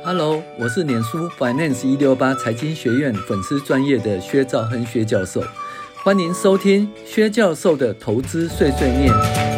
Hello， 我是脸书 Finance 168财经学院粉丝专业的薛兆亨薛教授，欢迎收听薛教授的投资碎碎念。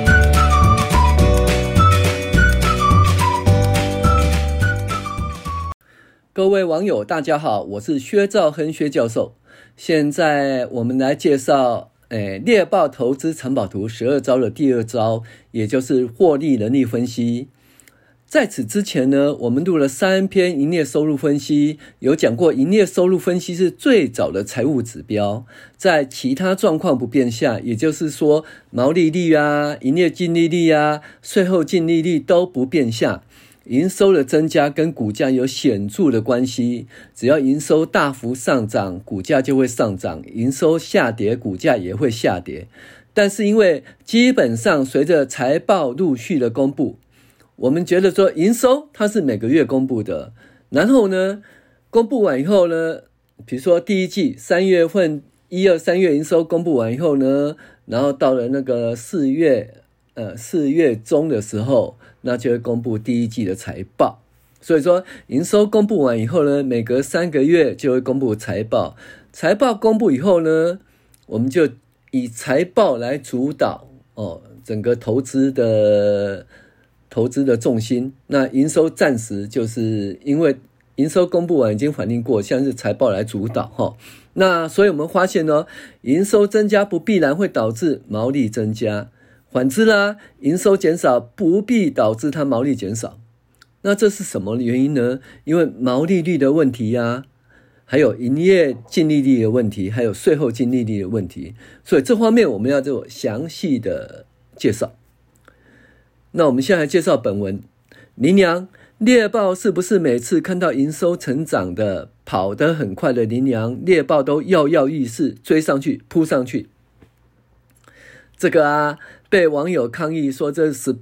各位网友大家好，我是薛兆亨薛教授。现在我们来介绍猎豹投资藏宝图12招的第2招，也就是获利能力分析。在此之前呢，我们录了3篇营业收入分析，有讲过营业收入分析是最早的财务指标，在其他状况不变下，也就是说毛利率啊、营业净利率啊、税后净利率都不变下，营收的增加跟股价有显著的关系，只要营收大幅上涨，股价就会上涨，营收下跌，股价也会下跌。但是因为基本上随着财报陆续的公布，我们觉得说营收它是每个月公布的，然后呢公布完以后呢，比如说第一季3月份1、2、3月营收公布完以后呢，然后到了那个4月中的时候，那就会公布第一季的财报。所以说营收公布完以后呢，每隔3个月就会公布财报，财报公布以后呢，我们就以财报来主导整个投资的重心。那营收暂时就是因为营收公布完已经反映过，像是财报来主导那所以我们发现呢，营收增加不必然会导致毛利增加，反之啦，营收减少不必导致它毛利减少。那这是什么原因呢？因为毛利率的问题啊，还有营业净利率的问题，还有税后净利率的问题，所以这方面我们要做详细的介绍。那我们现在来介绍本文。羚羊猎豹是不是每次看到营收成长的跑得很快的羚羊，猎豹都跃跃欲试，追上去扑上去？这个被网友抗议说这是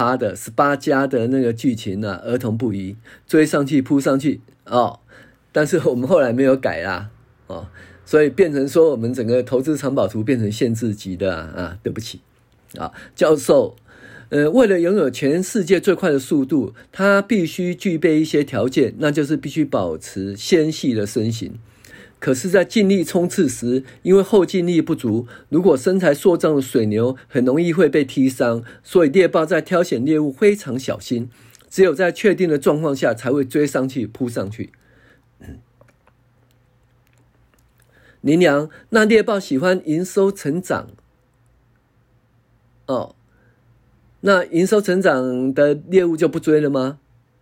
18加的那个剧情儿童不宜，追上去扑上去但是我们后来没有改啦所以变成说我们整个投资藏宝图变成限制级的对不起教授为了拥有全世界最快的速度，他必须具备一些条件，那就是必须保持纤细的身形。可是在尽力冲刺时，因为后劲力不足，如果身材硕壮的水牛很容易会被踢伤，所以猎豹在挑选猎物非常小心，只有在确定的状况下才会追上去扑上去。羚羊，那猎豹喜欢营收成长那营收成长的猎物就不追了吗？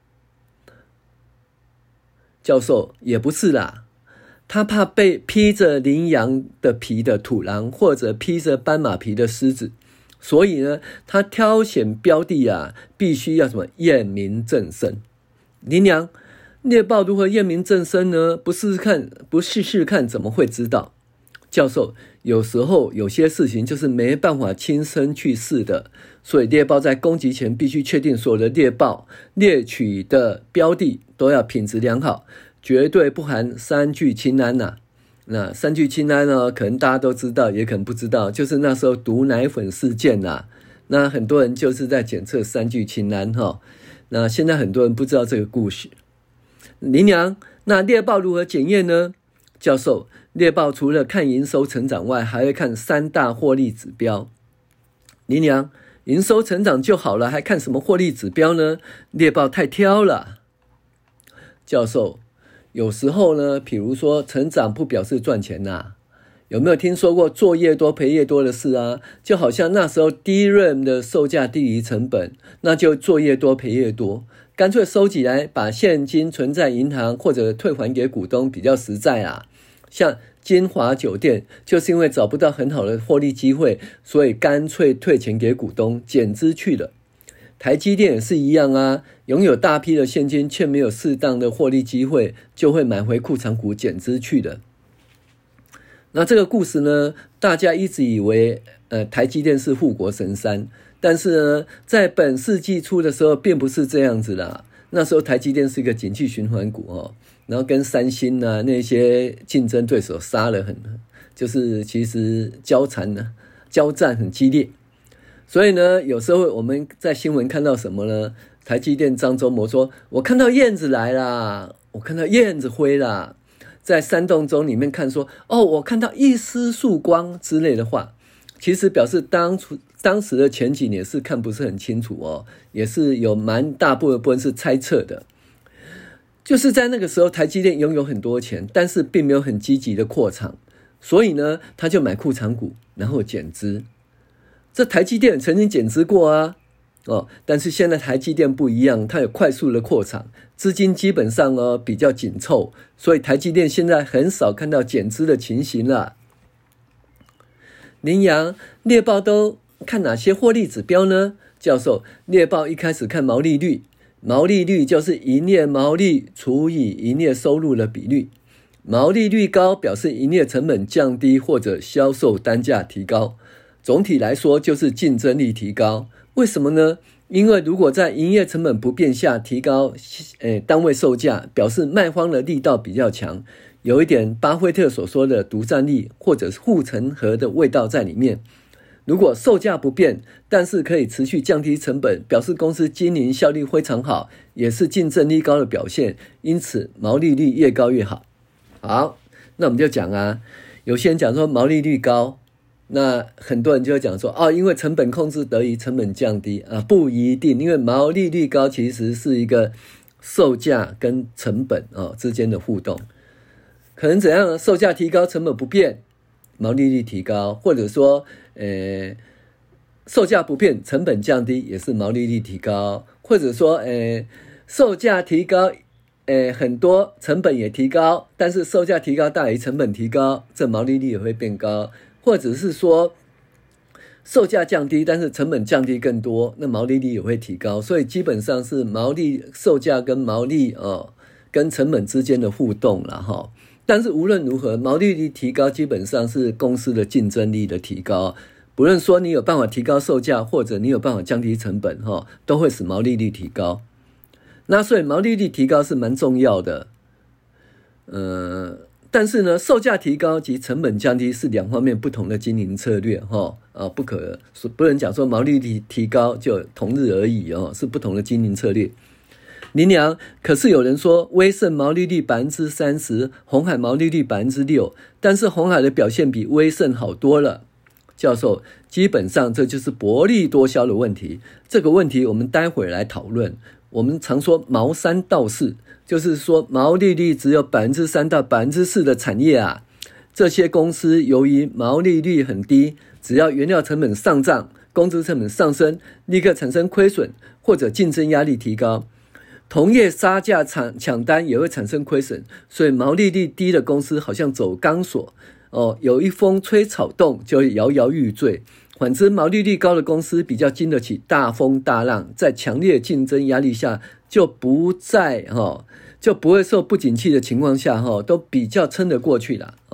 教授，也不是啦，他怕被披着羚羊的皮的土狼，或者披着斑马皮的狮子，所以呢，他挑选标的必须要验明正身。羚羊，猎豹如何验明正身呢？不试试看怎么会知道？教授，有时候有些事情就是没办法亲身去试的，所以猎豹在攻击前必须确定所有的猎取的标的都要品质良好，绝对不含三聚氰胺那三聚氰胺呢，可能大家都知道，也可能不知道，就是那时候毒奶粉事件那很多人就是在检测三聚氰胺那现在很多人不知道这个故事。羚羊，那猎豹如何检验呢？教授，猎豹除了看营收成长外，还会看3大获利指标。羚羊，营收成长就好了，还看什么获利指标呢？猎豹太挑了。教授，有时候呢，比如说成长不表示赚钱有没有听说过做越多赔越多的事就好像那时候 DRAM 的售价低于成本，那就做越多赔越多，干脆收起来，把现金存在银行或者退还给股东比较实在像金华酒店就是因为找不到很好的获利机会，所以干脆退钱给股东，减资去了。台积电也是一样拥有大批的现金却没有适当的获利机会，就会买回库藏股减资去了。那这个故事呢，大家一直以为台积电是护国神山，但是呢，在本世纪初的时候并不是这样子啦。那时候台积电是一个景气循环股然后跟三星那些竞争对手杀了就是其实交战很激烈。所以呢，有时候我们在新闻看到什么呢？ 台积电张忠谋说，我看到燕子来啦，我看到燕子飞啦，在山洞中里面看说，我看到一丝曙光之类的话，其实表示当时的前几年是看不是很清楚哦，也是有蛮大部分是猜测的。就是在那个时候，台积电拥有很多钱，但是并没有很积极的扩厂，所以呢，他就买库藏股，然后减资。这台积电曾经减资过啊，但是现在台积电不一样，它有快速的扩厂，资金基本上比较紧凑，所以台积电现在很少看到减资的情形了。羚羊猎豹都看哪些获利指标呢？教授，猎豹一开始看毛利率，毛利率就是营业毛利除以营业收入的比率，毛利率高表示营业成本降低或者销售单价提高，总体来说就是竞争力提高。为什么呢？因为如果在营业成本不变下提高单位售价，表示卖方的力道比较强，有一点巴菲特所说的独占力或者是护城河的味道在里面。如果售价不变，但是可以持续降低成本，表示公司经营效率非常好，也是竞争力高的表现，因此毛利率越高越好。好，那我们就讲啊，有些人讲说毛利率高，那很多人就会讲说因为成本控制得宜，成本降低啊，不一定，因为毛利率高其实是一个售价跟成本之间的互动，可能怎样呢？售价提高，成本不变，毛利率提高，或者说售价不变，成本降低，也是毛利率提高，或者说售价提高很多，成本也提高，但是售价提高大于成本提高，这毛利率也会变高，或者是说售价降低，但是成本降低更多，那毛利率也会提高。所以基本上是售价跟毛利跟成本之间的互动啦齁。但是无论如何，毛利率提高基本上是公司的竞争力的提高，不论说你有办法提高售价，或者你有办法降低成本都会使毛利率提高。那所以毛利率提高是蛮重要的，但是呢，售价提高及成本降低是两方面不同的经营策略不能讲说毛利率提高就同日而已是不同的经营策略。羚羊，可是有人说威盛毛利率 30%， 鸿海毛利率 6%， 但是鸿海的表现比威盛好多了。教授，基本上这就是薄利多销的问题，这个问题我们待会来讨论。我们常说毛三到四，就是说毛利率只有 3% 到 4% 的产业啊，这些公司由于毛利率很低，只要原料成本上涨，工资成本上升，立刻产生亏损或者竞争压力提高，同业杀价抢单也会产生亏损，所以毛利率低的公司好像走钢索有一风吹草动就会摇摇欲坠。反之，毛利率高的公司比较经得起大风大浪，在强烈竞争压力下就不会受不景气的情况下都比较撑得过去了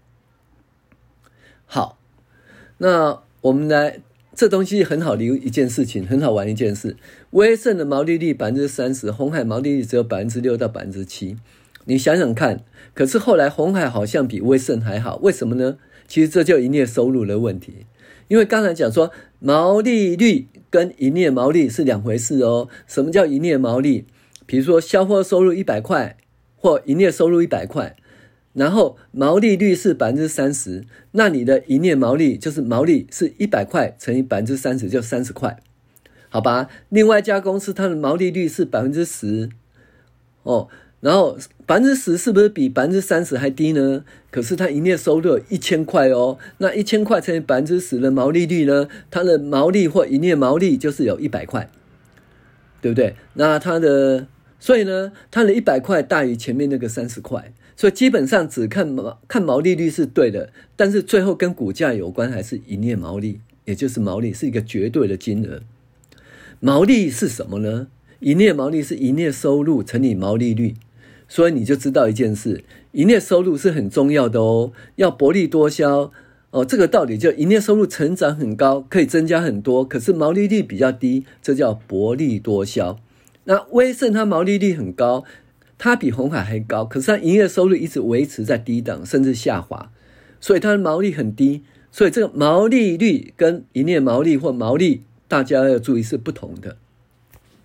好，那我们来，这东西很好理一件事情，很好玩一件事。威盛的毛利率 30%， 鸿海毛利率只有 6% 到 7%。你想想看，可是后来鸿海好像比威盛还好，为什么呢？其实这就营业收入的问题。因为刚才讲说毛利率跟营业毛利是两回事什么叫营业毛利？比如说销货收入100块或营业收入100块，然后毛利率是 30%， 那你的营业毛利就是毛利是100块乘以 30% 就30块，好吧？另外一家公司它的毛利率是 10%然后 10% 是不是比 30% 还低呢？可是它营业收入1000块那1000块乘以 10% 的毛利率呢，它的毛利或营业毛利就是有100块，对不对？那所以呢，它的100块大于前面那个30块，所以基本上只看毛利率是对的，但是最后跟股价有关还是营业毛利，也就是毛利是一个绝对的金额。毛利是什么呢？营业毛利是营业收入乘以毛利率，所以你就知道一件事，营业收入是很重要的要薄利多销这个道理就营业收入成长很高，可以增加很多，可是毛利率比较低，这叫薄利多销。那威盛它毛利率很高，它比鸿海还高，可是它营业收入一直维持在低档甚至下滑，所以它的毛利很低，所以这个毛利率跟营业毛利或毛利大家要注意是不同的。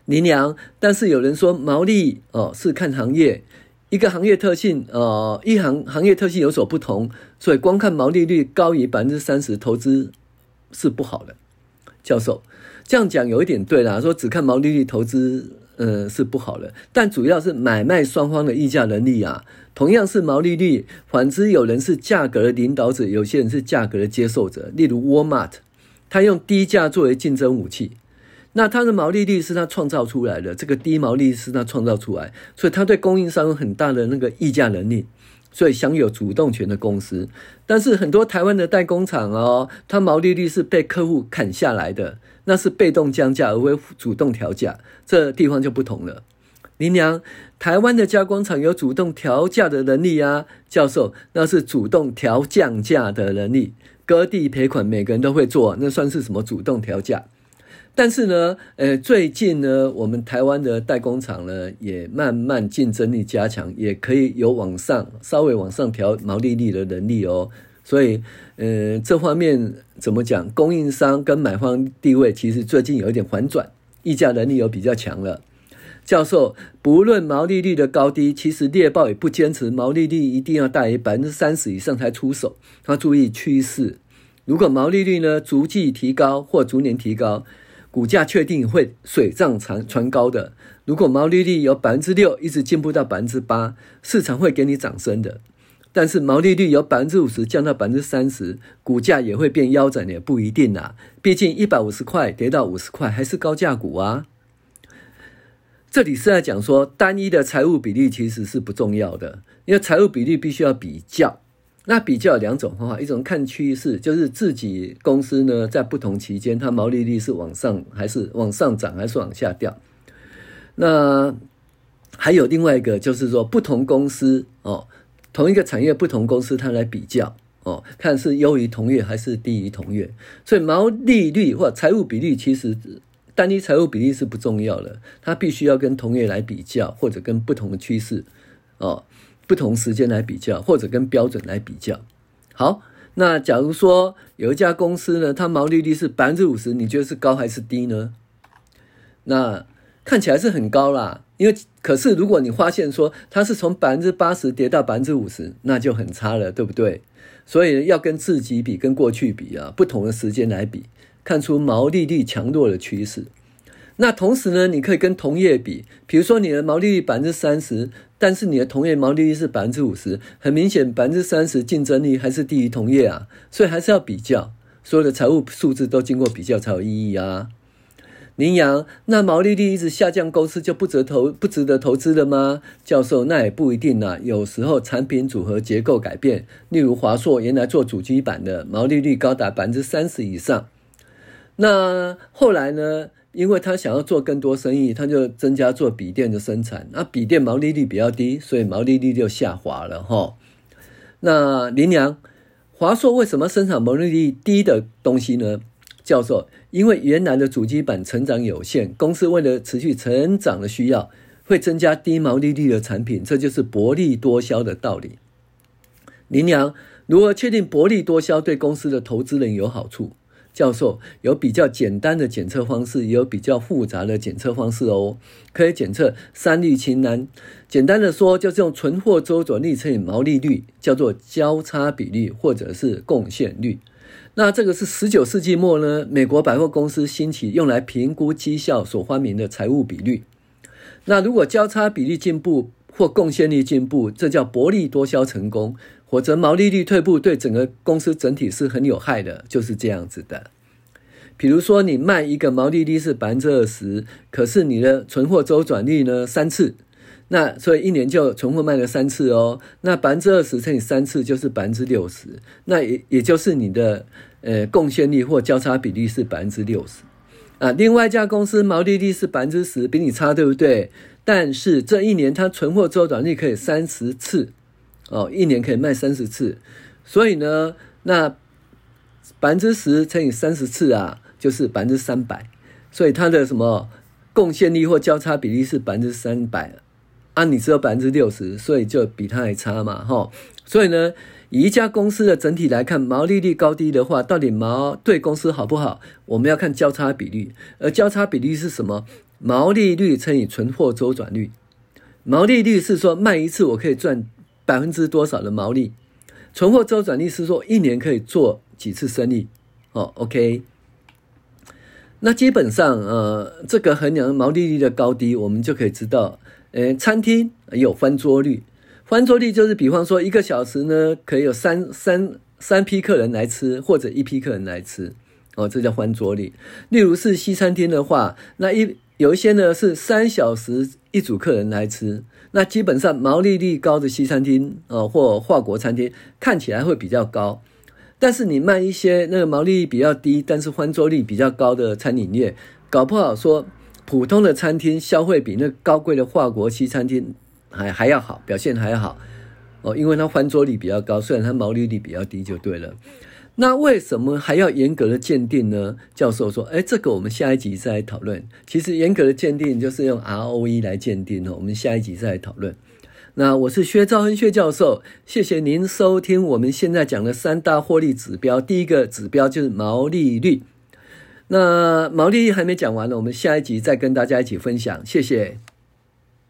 林良，但是有人说毛利是看行业，一个行业特性行业特性有所不同，所以光看毛利率高于 30% 投资是不好的。教授这样讲有一点对啦，说只看毛利率投资是不好的，但主要是买卖双方的议价能力啊。同样是毛利率，反之有人是价格的领导者，有些人是价格的接受者。例如 Walmart， 他用低价作为竞争武器，那他的毛利率是他创造出来的，这个低毛利是他创造出来，所以他对供应商有很大的那个议价能力，所以享有主动权的公司。但是很多台湾的代工厂它毛利率是被客户砍下来的，那是被动降价而非主动调价，这地方就不同了。林良，台湾的加工厂有主动调价的能力啊。教授，那是主动调降价的能力，割地赔款每个人都会做，那算是什么主动调价？但是呢，最近呢，我们台湾的代工厂呢，也慢慢竞争力加强，也可以有稍微往上调毛利率的能力哦。所以，这方面怎么讲？供应商跟买方地位其实最近有一点反转，议价能力有比较强了。教授，不论毛利率的高低，其实猎豹也不坚持毛利率一定要大于 30% 以上才出手，他注意趋势。如果毛利率呢逐季提高或逐年提高，股价确定会水涨船高的。如果毛利率由 6% 一直进步到 8%， 市场会给你掌声的。但是毛利率由 50% 降到 30%， 股价也会变腰斩，也不一定啦。毕竟150块跌到50块还是高价股啊。这里是在讲说，单一的财务比例其实是不重要的，因为财务比例必须要比较。那比较有两种方法，一种看趋势，就是自己公司呢在不同期间，它毛利率是往上还是往上涨还是往下掉。那还有另外一个就是说，不同公司同一个产业不同公司它来比较看是优于同业还是低于同业。所以毛利率或财务比例其实单一财务比例是不重要的，它必须要跟同业来比较，或者跟不同的趋势不同时间来比较，或者跟标准来比较。好，那假如说有一家公司呢，它毛利率是 50%， 你觉得是高还是低呢？那看起来是很高啦，可是如果你发现说它是从 80% 跌到 50%， 那就很差了，对不对？所以要跟自己比，跟过去比不同的时间来比，看出毛利率强弱的趋势。那同时呢，你可以跟同业比，比如说你的毛利率 30%， 但是你的同业毛利率是 50%， 很明显 30% 竞争力还是低于同业啊，所以还是要比较，所有的财务数字都经过比较才有意义啊。林阳，那毛利率一直下降，公司就不值得投资了吗？教授，那也不一定啦，有时候产品组合结构改变，例如华硕原来做主机板的，毛利率高达 30% 以上，那后来呢，因为他想要做更多生意，他就增加做笔电的生产，那笔电毛利率比较低，所以毛利率就下滑了那林阳，华硕为什么生产毛利率低的东西呢？教授，因为原来的主机板成长有限，公司为了持续成长的需要，会增加低毛利率的产品，这就是薄利多销的道理。林阳，如何确定薄利多销对公司的投资人有好处？教授，有比较简单的检测方式，也有比较复杂的检测方式哦。可以检测三率清单，简单的说就是用存货周转率乘以毛利率，叫做交叉比率或者是贡献率。那这个是19世纪末呢，美国百货公司兴起用来评估绩效所发明的财务比率。那如果交叉比率进步或贡献率进步，这叫薄利多销成功，否则毛利率退步对整个公司整体是很有害的，就是这样子的。比如说你卖一个毛利率是 20%， 可是你的存货周转率呢3次，那所以一年就存货卖了3次哦，那 20% 乘以3次就是 60%， 那也就是你的贡献率或交叉比例是 60%另外一家公司毛利率是 10%， 比你差，对不对？但是这一年它存货周转率可以30次一年可以卖30次，所以呢，那 10% 乘以30次就是300%，所以它的什么贡献率或交叉比例是300%你只有 60%， 所以就比它还差嘛所以呢，以一家公司的整体来看，毛利率高低的话，到底对公司好不好，我们要看交叉比率。而交叉比率是什么？ 毛利率乘以存货周转率。毛利率是说卖一次我可以赚多少的毛利，存货周转率是说一年可以做几次生意。OK。那基本上这个衡量毛利率的高低，我们就可以知道，餐厅有翻桌率，翻桌率就是比方说1个小时呢可以有三批客人来吃，或者1批客人来吃，这叫翻桌率。例如是西餐厅的话，那有一些呢是3小时1组客人来吃，那基本上毛利率高的西餐厅或法国餐厅看起来会比较高。但是你卖一些那个毛利率比较低，但是翻桌率比较高的餐饮业，搞不好说普通的餐厅消费比那高贵的法国西餐厅还要好，表现还要好因为它翻桌率比较高，虽然它毛利率比较低就对了。那为什么还要严格的鉴定呢？教授说这个我们下一集再来讨论。其实严格的鉴定就是用 ROE 来鉴定我们下一集再来讨论。那我是薛兆亨薛教授，谢谢您收听我们现在讲的3大获利指标。第一个指标就是毛利率，那毛利率还没讲完呢，我们下一集再跟大家一起分享，谢谢。